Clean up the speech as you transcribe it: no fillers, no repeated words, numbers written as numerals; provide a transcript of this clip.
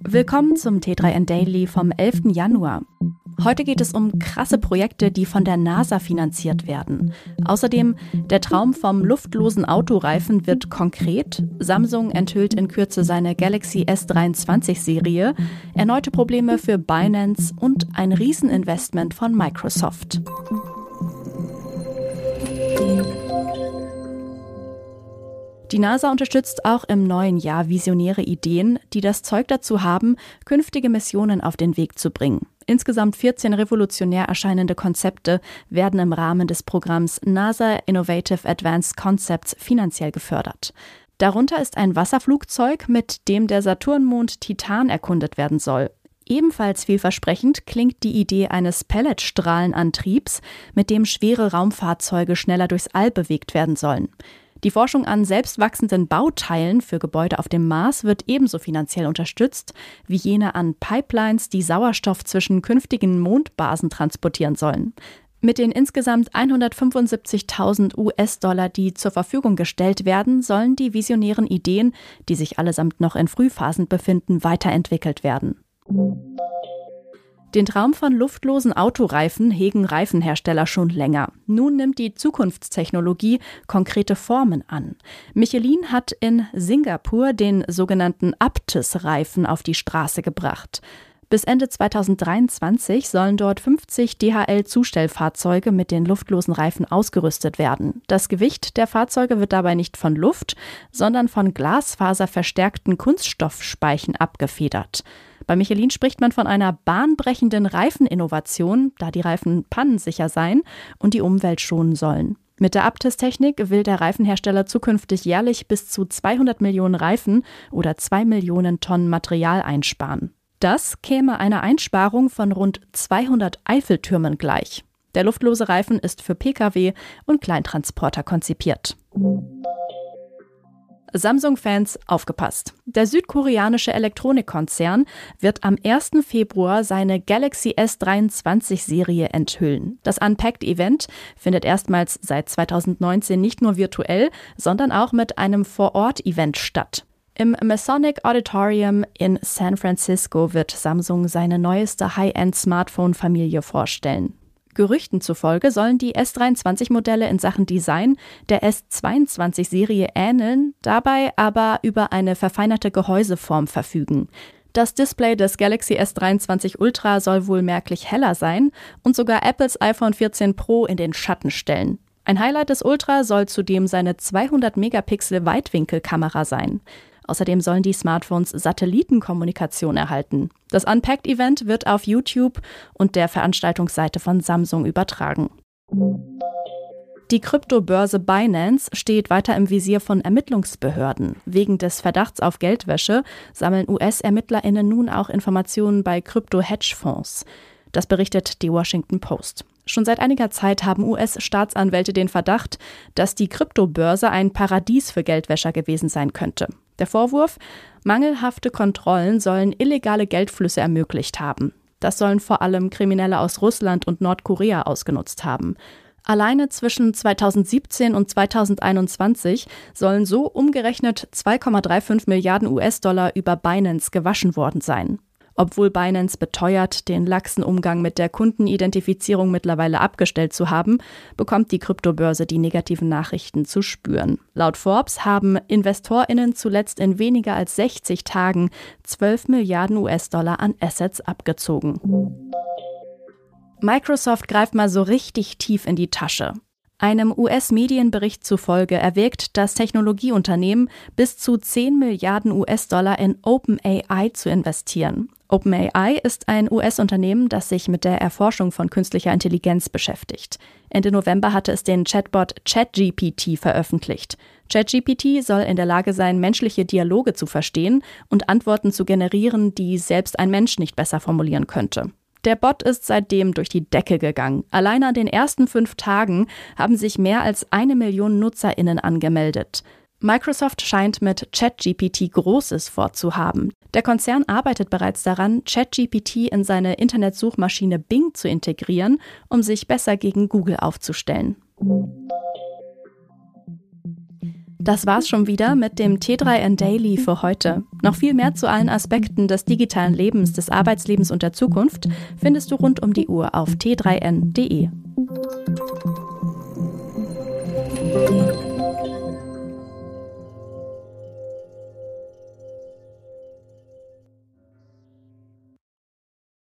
Willkommen zum T3N Daily vom 11. Januar. Heute geht es um krasse Projekte, die von der NASA finanziert werden. Außerdem, der Traum vom luftlosen Autoreifen wird konkret. Samsung enthüllt in Kürze seine Galaxy S23-Serie. Erneute Probleme für Binance und ein Rieseninvestment von Microsoft. Die NASA unterstützt auch im neuen Jahr visionäre Ideen, die das Zeug dazu haben, künftige Missionen auf den Weg zu bringen. Insgesamt 14 revolutionär erscheinende Konzepte werden im Rahmen des Programms NASA Innovative Advanced Concepts finanziell gefördert. Darunter ist ein Wasserflugzeug, mit dem der Saturnmond Titan erkundet werden soll. Ebenfalls vielversprechend klingt die Idee eines Pelletstrahlenantriebs, mit dem schwere Raumfahrzeuge schneller durchs All bewegt werden sollen. Die Forschung an selbstwachsenden Bauteilen für Gebäude auf dem Mars wird ebenso finanziell unterstützt, wie jene an Pipelines, die Sauerstoff zwischen künftigen Mondbasen transportieren sollen. Mit den insgesamt 175.000 US-Dollar, die zur Verfügung gestellt werden, sollen die visionären Ideen, die sich allesamt noch in Frühphasen befinden, weiterentwickelt werden. Den Traum von luftlosen Autoreifen hegen Reifenhersteller schon länger. Nun nimmt die Zukunftstechnologie konkrete Formen an. Michelin hat in Singapur den sogenannten Aptys-Reifen auf die Straße gebracht. Bis Ende 2023 sollen dort 50 DHL-Zustellfahrzeuge mit den luftlosen Reifen ausgerüstet werden. Das Gewicht der Fahrzeuge wird dabei nicht von Luft, sondern von glasfaserverstärkten Kunststoffspeichen abgefedert. Bei Michelin spricht man von einer bahnbrechenden Reifeninnovation, da die Reifen pannensicher sein und die Umwelt schonen sollen. Mit der Aptys-Technik will der Reifenhersteller zukünftig jährlich bis zu 200 Millionen Reifen oder 2 Millionen Tonnen Material einsparen. Das käme einer Einsparung von rund 200 Eiffeltürmen gleich. Der luftlose Reifen ist für Pkw und Kleintransporter konzipiert. Samsung-Fans, aufgepasst! Der südkoreanische Elektronikkonzern wird am 1. Februar seine Galaxy S23-Serie enthüllen. Das Unpacked-Event findet erstmals seit 2019 nicht nur virtuell, sondern auch mit einem Vor-Ort-Event statt. Im Masonic Auditorium in San Francisco wird Samsung seine neueste High-End-Smartphone-Familie vorstellen. Gerüchten zufolge sollen die S23-Modelle in Sachen Design der S22-Serie ähneln, dabei aber über eine verfeinerte Gehäuseform verfügen. Das Display des Galaxy S23 Ultra soll wohl merklich heller sein und sogar Apples iPhone 14 Pro in den Schatten stellen. Ein Highlight des Ultra soll zudem seine 200-Megapixel-Weitwinkelkamera sein. Außerdem sollen die Smartphones Satellitenkommunikation erhalten. Das Unpacked-Event wird auf YouTube und der Veranstaltungsseite von Samsung übertragen. Die Kryptobörse Binance steht weiter im Visier von Ermittlungsbehörden. Wegen des Verdachts auf Geldwäsche sammeln US-ErmittlerInnen nun auch Informationen bei Krypto-Hedgefonds. Das berichtet die Washington Post. Schon seit einiger Zeit haben US-Staatsanwälte den Verdacht, dass die Kryptobörse ein Paradies für Geldwäscher gewesen sein könnte. Der Vorwurf: mangelhafte Kontrollen sollen illegale Geldflüsse ermöglicht haben. Das sollen vor allem Kriminelle aus Russland und Nordkorea ausgenutzt haben. Alleine zwischen 2017 und 2021 sollen so umgerechnet 2,35 Milliarden US-Dollar über Binance gewaschen worden sein. Obwohl Binance beteuert, den laxen Umgang mit der Kundenidentifizierung mittlerweile abgestellt zu haben, bekommt die Kryptobörse die negativen Nachrichten zu spüren. Laut Forbes haben InvestorInnen zuletzt in weniger als 60 Tagen 12 Milliarden US-Dollar an Assets abgezogen. Microsoft greift mal so richtig tief in die Tasche. Einem US-Medienbericht zufolge erwägt das Technologieunternehmen, bis zu 10 Milliarden US-Dollar in OpenAI zu investieren. OpenAI ist ein US-Unternehmen, das sich mit der Erforschung von künstlicher Intelligenz beschäftigt. Ende November hatte es den Chatbot ChatGPT veröffentlicht. ChatGPT soll in der Lage sein, menschliche Dialoge zu verstehen und Antworten zu generieren, die selbst ein Mensch nicht besser formulieren könnte. Der Bot ist seitdem durch die Decke gegangen. Allein an den ersten 5 Tagen haben sich mehr als 1 Million NutzerInnen angemeldet. Microsoft scheint mit ChatGPT Großes vorzuhaben. Der Konzern arbeitet bereits daran, ChatGPT in seine Internetsuchmaschine Bing zu integrieren, um sich besser gegen Google aufzustellen. Das war's schon wieder mit dem T3N Daily für heute. Noch viel mehr zu allen Aspekten des digitalen Lebens, des Arbeitslebens und der Zukunft findest du rund um die Uhr auf t3n.de.